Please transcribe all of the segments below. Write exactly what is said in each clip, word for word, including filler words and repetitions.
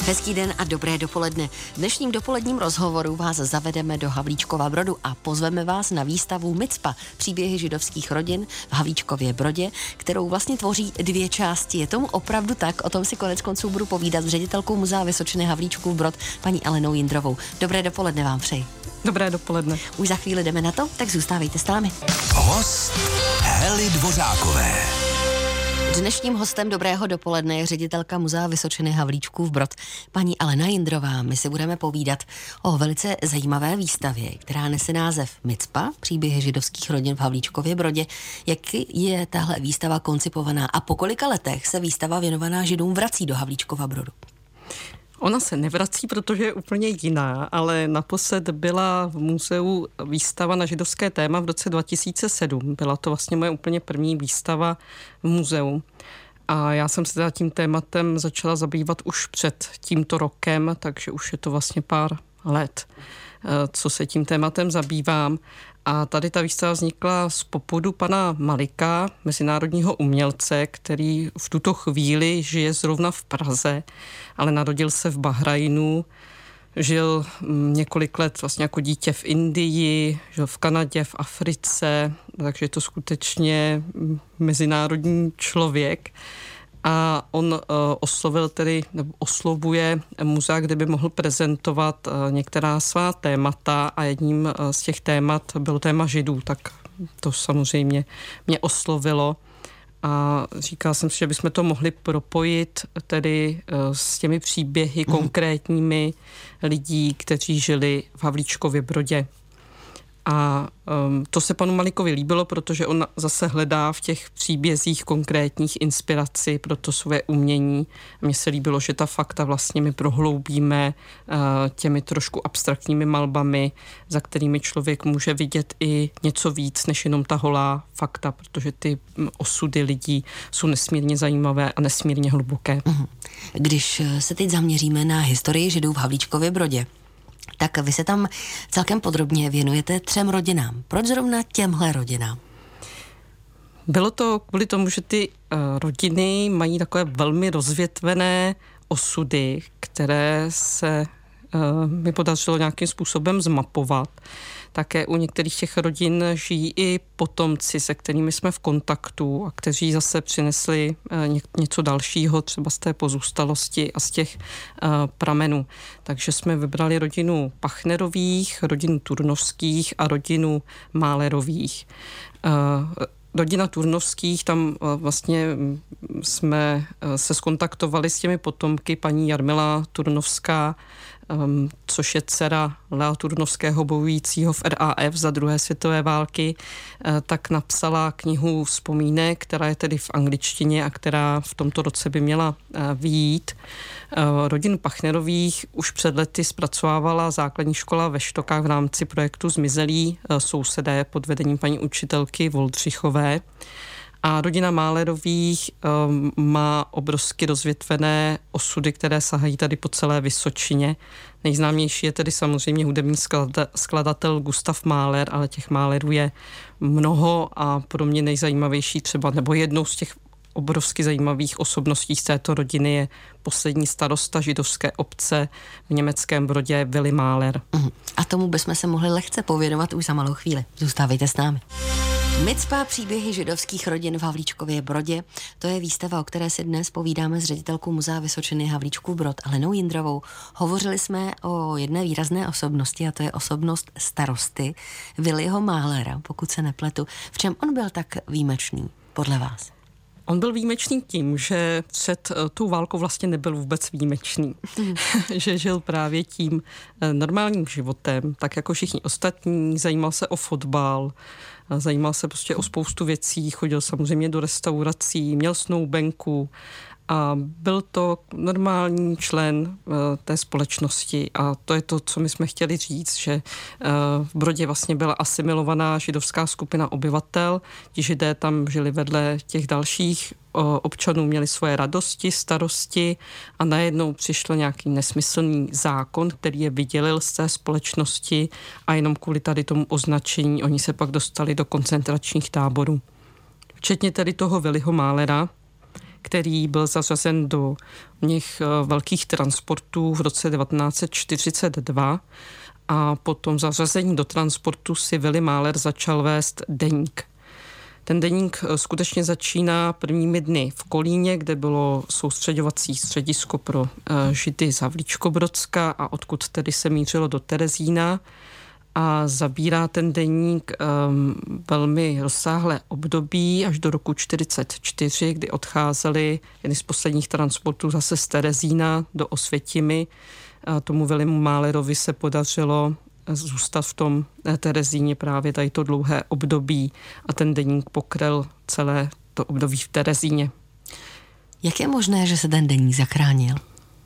Hezký den a dobré dopoledne. V dnešním dopoledním rozhovoru vás zavedeme do Havlíčkova Brodu a pozveme vás na výstavu Micpa, příběhy židovských rodin v Havlíčkově Brodě, kterou vlastně tvoří dvě části. Je tomu opravdu tak? O tom si konec konců budu povídat s ředitelkou Muzea Vysočiny Havlíčkův Brod, paní Alenou Jindrovou. Dobré dopoledne vám přeji. Dobré dopoledne. Už za chvíli jdeme na to, tak zůstávejte s námi. Host Hely Dvořákové. Dnešním hostem dobrého dopoledne je ředitelka Muzea Vysočiny Havlíčkův Brod, paní Alena Jindrová. My si budeme povídat o velice zajímavé výstavě, která nese název Micpa, příběhy židovských rodin v Havlíčkově Brodě. Jak je tahle výstava koncipovaná a po kolika letech se výstava věnovaná židům vrací do Havlíčkova Brodu? Ona se nevrací, protože je úplně jiná, ale naposled byla v muzeu výstava na židovské téma v roce dva tisíce sedm. Byla to vlastně moje úplně první výstava v muzeu. A já jsem se teda tím tématem začala zabývat už před tímto rokem, takže už je to vlastně pár let, co se tím tématem zabývám. A tady ta výstava vznikla z popudu pana Malika, mezinárodního umělce, který v tuto chvíli žije zrovna v Praze, ale narodil se v Bahrajnu, žil několik let vlastně jako dítě v Indii, žil v Kanadě, v Africe, takže je to skutečně mezinárodní člověk. A on uh, oslovil tedy, nebo oslovuje muzea, kde by mohl prezentovat uh, některá svá témata a jedním uh, z těch témat bylo téma židů, tak to samozřejmě mě oslovilo. A říkala jsem si, že bychom to mohli propojit tedy uh, s těmi příběhy mm. konkrétními lidí, kteří žili v Havlíčkově Brodě. A um, to se panu Malikovi líbilo, protože on zase hledá v těch příbězích konkrétních inspiraci pro to své umění. Mně se líbilo, že ta fakta vlastně my prohloubíme uh, těmi trošku abstraktními malbami, za kterými člověk může vidět i něco víc, než jenom ta holá fakta, protože ty osudy lidí jsou nesmírně zajímavé a nesmírně hluboké. Když se teď zaměříme na historii židů v Havlíčkově Brodě, tak vy se tam celkem podrobně věnujete třem rodinám. Proč zrovna těmhle rodinám? Bylo to kvůli tomu, že ty uh, rodiny mají takové velmi rozvětvené osudy, které se uh, mi podařilo nějakým způsobem zmapovat. Také u některých těch rodin žijí i potomci, se kterými jsme v kontaktu a kteří zase přinesli něco dalšího, třeba z té pozůstalosti a z těch uh, pramenů. Takže jsme vybrali rodinu Pachnerových, rodinu Turnovských a rodinu Málerových. Uh, Rodina Turnovských, tam vlastně jsme se skontaktovali s těmi potomky, paní Jarmila Turnovská, Um, což je dcera Lea Turnovského bojujícího v R A F za druhé světové války, uh, tak napsala knihu vzpomínek, která je tedy v angličtině a která v tomto roce by měla uh, vyjít. Uh, rodinu Pachnerových už před lety zpracovávala základní škola ve Štokách v rámci projektu Zmizelí uh, sousedé pod vedením paní učitelky Voldřichové. A rodina Málerových um, má obrovsky rozvětvené osudy, které sahají tady po celé Vysočině. Nejznámější je tedy samozřejmě hudební skladatel Gustav Mahler, ale těch Mahlerů je mnoho a pro mě nejzajímavější třeba, nebo jednou z těch obrovsky zajímavých osobností z této rodiny je poslední starosta židovské obce v německém Brodě Willy Mahler. Uh-huh. A tomu bychom se mohli lehce pověnovat už za malou chvíli. Zůstávejte s námi. Micpa, příběhy židovských rodin v Havlíčkově Brodě. To je výstava, o které si dnes povídáme s ředitelkou Muzea Vysočiny Havlíčkův Brod Alenou Jindrovou. Hovořili jsme o jedné výrazné osobnosti a to je osobnost starosty Willyho Mahlera, pokud se nepletu. V čem on byl tak výjimečný podle vás? On byl výjimečný tím, že před tou válkou vlastně nebyl vůbec výjimečný. Mm. Že žil právě tím normálním životem, tak jako všichni ostatní, zajímal se o fotbal, zajímal se prostě o spoustu věcí, chodil samozřejmě do restaurací, měl snoubenku a byl to normální člen uh, té společnosti a to je to, co my jsme chtěli říct, že uh, v Brodě vlastně byla asimilovaná židovská skupina obyvatel, ti židé tam žili vedle těch dalších uh, občanů, měli svoje radosti, starosti a najednou přišel nějaký nesmyslný zákon, který je vydělil z té společnosti a jenom kvůli tady tomu označení oni se pak dostali do koncentračních táborů. Včetně tedy toho Willyho Mahlera, který byl zařazen do něch velkých transportů v roce devatenáct set čtyřicet dva a po tom zařazení do transportu si Willy Mahler začal vést deník. Ten deník skutečně začíná prvními dny v Kolíně, kde bylo soustředovací středisko pro Židy z Havlíčkobrodska a odkud tedy se mířilo do Terezína. A zabírá ten deník um, velmi rozsáhlé období až do roku čtyřicet čtyři, kdy odcházeli jedny z posledních transportů zase z Terezína do Osvětimi. A tomu Willymu Mahlerovi se podařilo zůstat v tom Terezíně právě tady to dlouhé období a ten deník pokryl celé to období v Terezíně. Jak je možné, že se ten deník zachránil?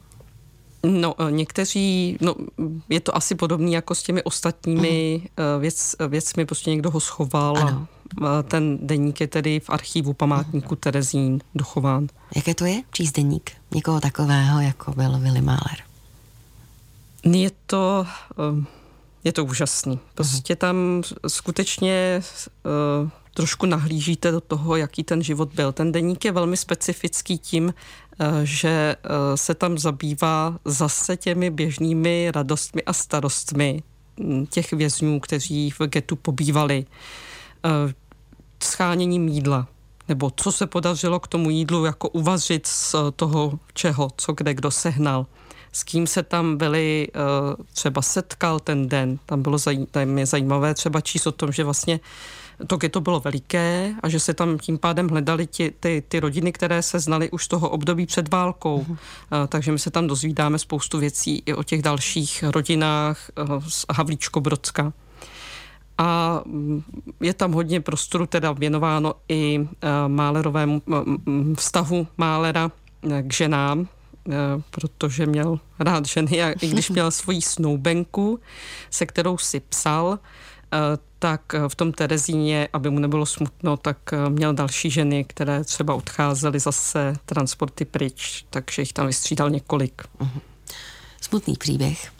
No, někteří, no, je to asi podobný jako s těmi ostatními uh-huh. věc, věcmi, prostě někdo ho schoval ano. a ten deník je tedy v archivu památníku uh-huh. Terezín dochován. Jaké to je číst deník někoho takového, jako byl Willy Mahler? Je to, je to úžasný. Prostě uh-huh. tam skutečně uh, trošku nahlížíte do toho, jaký ten život byl. Ten deník je velmi specifický tím, že se tam zabývá zase těmi běžnými radostmi a starostmi těch vězňů, kteří v getu pobývali. Scháněním jídla, nebo co se podařilo k tomu jídlu jako uvařit z toho čeho, co kde kdo sehnal. S kým se tam byli třeba setkal ten den. Tam bylo zaj, tam je zajímavé třeba číst o tom, že vlastně to ghetto bylo veliké a že se tam tím pádem hledali ti, ty, ty rodiny, které se znaly už z toho období před válkou. Uh, takže my se tam dozvídáme spoustu věcí i o těch dalších rodinách uh, z Havlíčkobrodska. A je tam hodně prostoru teda věnováno i uh, Mahlerovému uh, vztahu Mahlera k ženám, uh, protože měl rád ženy a i když měl svoji snoubenku, se kterou si psal, tak v tom Terezíně, aby mu nebylo smutno, tak měl další ženy, které třeba odcházely zase transporty pryč, takže jich tam vystřídal několik. Smutný příběh.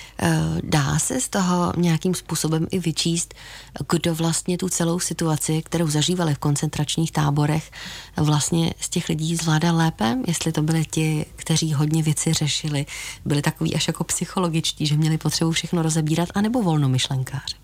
Dá se z toho nějakým způsobem i vyčíst, kdo vlastně tu celou situaci, kterou zažívali v koncentračních táborech, vlastně z těch lidí zvládal lépe? Jestli to byli ti, kteří hodně věci řešili, byli takový až jako psychologičtí, že měli potřebu všechno rozebírat, anebo volnomyšlenkáři?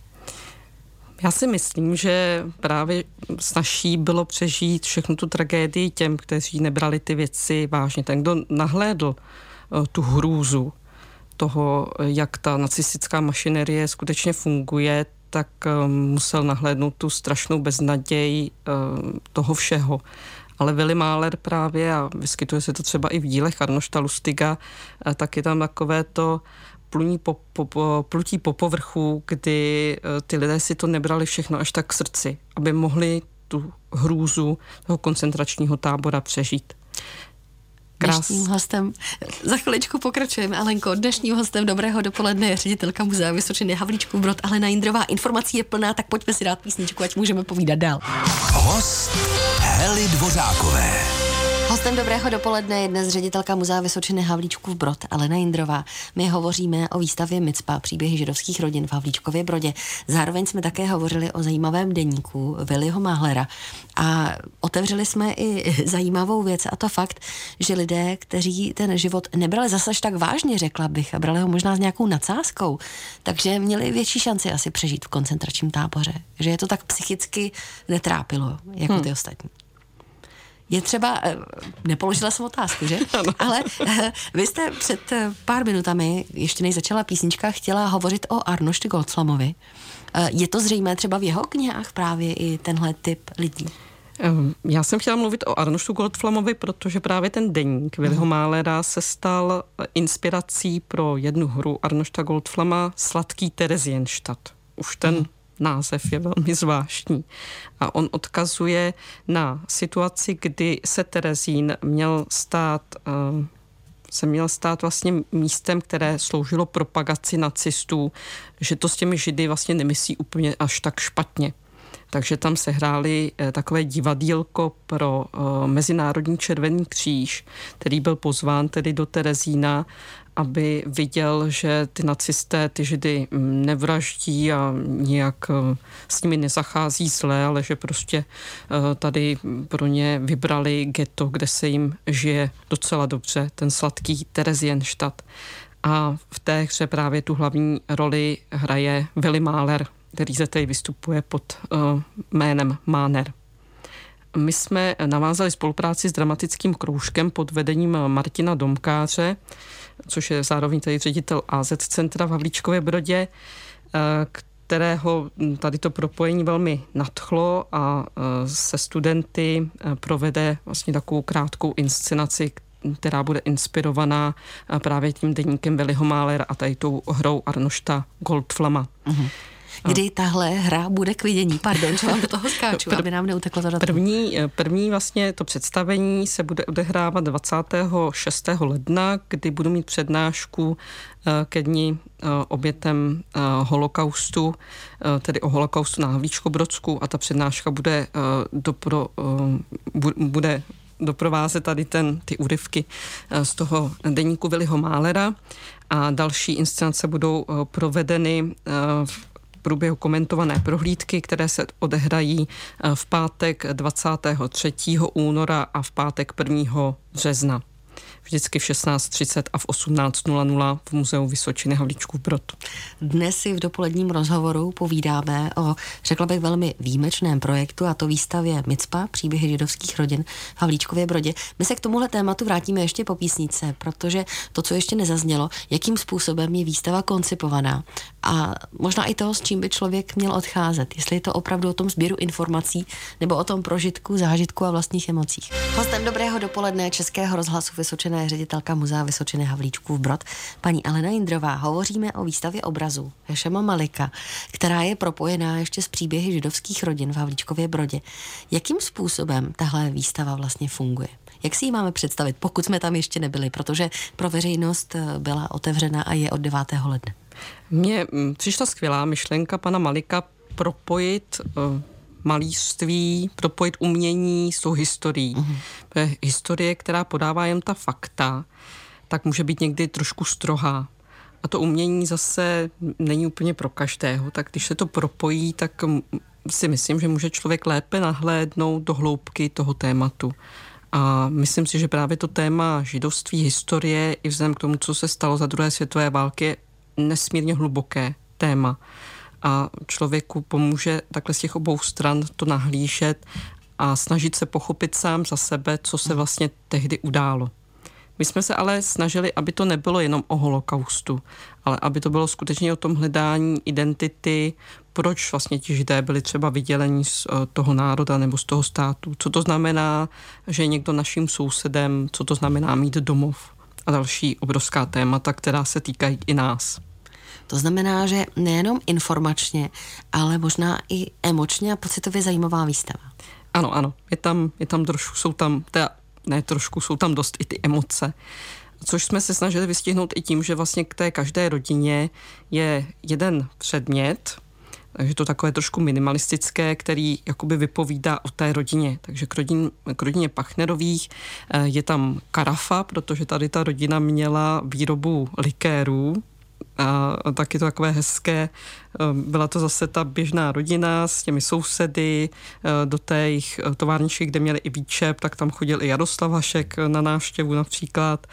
Já si myslím, že právě snazší bylo přežít všechnu tu tragédii těm, kteří nebrali ty věci vážně. Ten, kdo nahlédl tu hrůzu toho, jak ta nacistická mašinerie skutečně funguje, tak musel nahlédnout tu strašnou beznaděj toho všeho. Ale Willy Mahler právě, a vyskytuje se to třeba i v dílech Arnošta Lustiga, tak je tam takové to pluní po, po, plutí po povrchu, kdy ty lidé si to nebrali všechno až tak k srdci, aby mohli tu hrůzu toho koncentračního tábora přežít. Krás. Dnešním hostem, za chviličku pokračujeme, Alenko, dnešním hostem dobrého dopoledne je ředitelka Muzea Vysočiny Havlíčkův Brod, Alena Jindrová. Informací je plná, tak pojďme si dát písničku, ať můžeme povídat dál. Host Hely Dvořákové. Hostem dobrého dopoledne je dnes ředitelka Muzea Vysočiny Havlíčkův Brod, Alena Jindrová. My hovoříme o výstavě Micpa, příběhy židovských rodin v Havlíčkově Brodě. Zároveň jsme také hovořili o zajímavém deníku Willyho Mahlera a otevřeli jsme i zajímavou věc, a to fakt, že lidé, kteří ten život nebrali zase tak vážně, řekla bych, a brali ho možná s nějakou nadsázkou, takže měli větší šanci asi přežít v koncentračním táboře. Že je to tak psychicky netrápilo, jako ty hmm. ostatní. Je třeba, nepoložila jsem otázku, že? Ano. Ale vy jste před pár minutami, ještě než začala písnička, chtěla hovořit o Arnoštu Goldflamovi. Je to zřejmé třeba v jeho knihách právě i tenhle typ lidí? Já jsem chtěla mluvit o Arnoštu Goldflamovi, protože právě ten deník Willyho Mahlera se stal inspirací pro jednu hru Arnošta Goldflama Sladký Terezienstadt. Už ten hmm. název je velmi zvláštní. A on odkazuje na situaci, kdy se Terezín měl stát, uh, se měl stát vlastně místem, které sloužilo propagaci nacistů, že to s těmi Židy vlastně nemyslí úplně až tak špatně. Takže tam se hráli uh, takové divadýlko pro uh, Mezinárodní červený kříž, který byl pozván tedy do Terezína aby viděl, že ty nacisté ty Židy nevraždí a nějak s nimi nezachází zle, ale že prostě tady pro ně vybrali ghetto, kde se jim žije docela dobře, ten sladký Theresienstadt. A v té hře právě tu hlavní roli hraje Willy Mahler, který zde tady vystupuje pod jménem Mahner. My jsme navázali spolupráci s dramatickým kroužkem pod vedením Martina Domkáře, což je zároveň tady ředitel á zet centra v Havlíčkově Brodě, kterého tady to propojení velmi nadchlo a se studenty provede vlastně takovou krátkou inscenaci, která bude inspirovaná právě tím deníkem Willyho Mahlera a tady tou hrou Arnošta Goldflama. Mm-hmm. Kdy tahle hra bude k vidění? Pardon, že vám do toho skáču, Pr- aby nám neuteklo to datum. První, první vlastně to představení se bude odehrávat dvacátého šestého ledna, kdy budu mít přednášku ke dni obětem holokaustu, tedy o holokaustu na Havlíčkobrodsku, a ta přednáška bude, dopro, bude doprovázet tady ten, ty úryvky z toho deníku Willyho Mahlera, a další inscenace budou provedeny v průběhu komentované prohlídky, které se odehrají v pátek dvacátého třetího února a v pátek prvního března. Vždycky v šestnáct třicet a v osmnáct nula nula v Muzeu Vysočiny Havlíčkův Brod. Dnes si v dopoledním rozhovoru povídáme o, řekla bych, velmi výjimečném projektu, a to výstavě Micpa, příběhy židovských rodin v Havlíčkově Brodě. My se k tomuhle tématu vrátíme ještě po písničce, protože to, co ještě nezaznělo, jakým způsobem je výstava koncipovaná a možná i toho, s čím by člověk měl odcházet. Jestli je to opravdu o tom sběru informací nebo o tom prožitku, zážitku a vlastních emocích. Hostem dobrého dopoledne Českého rozhlasu Vysočina je ředitelka Muzea Vysočiny Havlíčkův Brod, paní Alena Jindrová. Hovoříme o výstavě obrazů Hešema Malika, která je propojená ještě s příběhy židovských rodin v Havlíčkově Brodě. Jakým způsobem tahle výstava vlastně funguje? Jak si ji máme představit, pokud jsme tam ještě nebyli, protože pro veřejnost byla otevřena a je od devátého ledna? Mně přišla skvělá myšlenka pana Malika propojit uh, malířství, propojit umění s tou historií. Uh-huh. Historie, která podává jen ta fakta, tak může být někdy trošku strohá. A to umění zase není úplně pro každého. Tak když se to propojí, tak si myslím, že může člověk lépe nahlédnout do hloubky toho tématu. A myslím si, že právě to téma židovství, historie, i vzhledem k tomu, co se stalo za druhé světové války, je nesmírně hluboké téma. A člověku pomůže takhle z těch obou stran to nahlížet a snažit se pochopit sám za sebe, co se vlastně tehdy událo. My jsme se ale snažili, aby to nebylo jenom o holokaustu, ale aby to bylo skutečně o tom hledání identity, proč vlastně ti Židé byli třeba vydělení z toho národa nebo z toho státu, co to znamená, že je někdo naším sousedem, co to znamená mít domov a další obrovská témata, která se týkají i nás. To znamená, že nejenom informačně, ale možná i emočně a pocitově zajímavá výstava. Ano, ano, je tam, je tam trošku, jsou tam, teda, ne trošku, jsou tam dost i ty emoce, což jsme se snažili vystihnout i tím, že vlastně k té každé rodině je jeden předmět, takže to takové trošku minimalistické, který jakoby vypovídá o té rodině. Takže k, rodin, k rodině Pachnerových je tam karafa, protože tady ta rodina měla výrobu likérů, a taky to takové hezké. Byla to zase ta běžná rodina s těmi sousedy do té jejich továrničky, kde měli i výčep, tak tam chodil i Jaroslav Hašek na návštěvu například.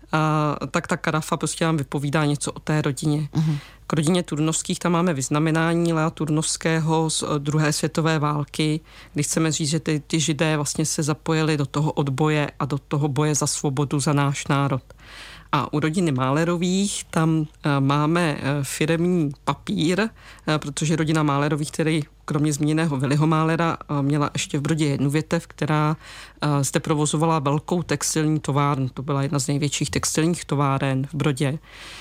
A tak ta karafa prostě nám vypovídá něco o té rodině. Uh-huh. K rodině Turnovských tam máme vyznamenání Lea Turnovského z druhé světové války, kdy chceme říct, že ty, ty Židé vlastně se zapojili do toho odboje a do toho boje za svobodu, za náš národ. A u rodiny Mahlerových tam uh, máme uh, firemní papír, uh, protože rodina Mahlerových, který kromě zmíněného Willyho Mahlera uh, měla ještě v Brodě jednu větev, která uh, zde provozovala velkou textilní továrnu. To byla jedna z největších textilních továren v Brodě.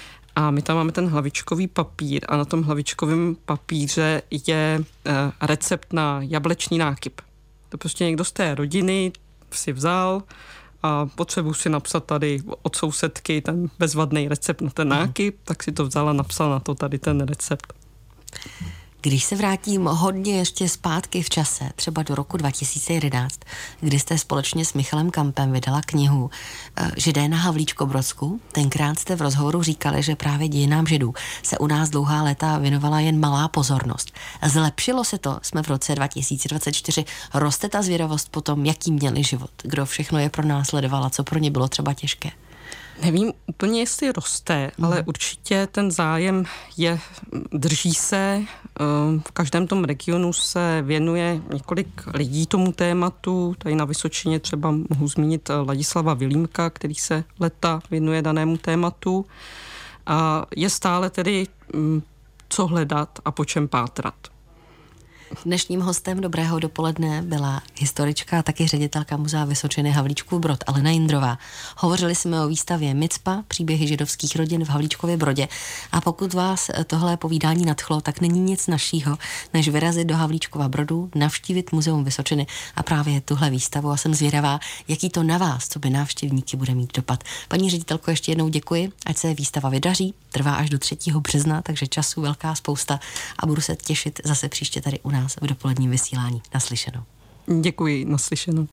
A my tam máme ten hlavičkový papír a na tom hlavičkovém papíře je uh, recept na jablečný nákyp. To prostě někdo z té rodiny si vzal a potřebuji si napsat tady od sousedky ten bezvadný recept na ten nákyp, tak si to vzala, napsala na to tady ten recept. Když se vrátím hodně ještě zpátky v čase, třeba do roku dva tisíce jedenáct, kdy jste společně s Michalem Kampem vydala knihu Židé na Havlíčkobrodsku, tenkrát jste v rozhovoru říkali, že právě dějinám Židů se u nás dlouhá léta věnovala jen malá pozornost. Zlepšilo se to? Jsme v roce dva tisíce dvacet čtyři. Roste ta zvědavost po tom, jaký měli život? Kdo všechno je pro nás sledoval a co pro ně bylo třeba těžké? Nevím úplně, jestli roste, mm. ale určitě ten zájem je, drží se. V každém tom regionu se věnuje několik lidí tomu tématu. Tady na Vysočině třeba mohu zmínit Ladislava Vilímka, který se leta věnuje danému tématu. A je stále tedy co hledat a po čem pátrat. Dnešním hostem Dobrého dopoledne byla historička a taky ředitelka Muzea Vysočiny Havlíčkův Brod Alena Jindrová. Hovořili jsme o výstavě Micpa, příběhy židovských rodin v Havlíčkově Brodě. A pokud vás tohle povídání nadchlo, tak není nic našího, než vyrazit do Havlíčkova Brodu, navštívit Muzeum Vysočiny a právě tuhle výstavu. A jsem zvědavá, jaký to na vás, co by návštěvníky, bude mít dopad. Paní ředitelko, ještě jednou děkuji, ať se výstava vydaří. Trvá až do třetího března, takže času velká spousta a budu se těšit zase příště tady u nás v dopoledním vysílání. Naslyšenou. Děkuji, naslyšenou.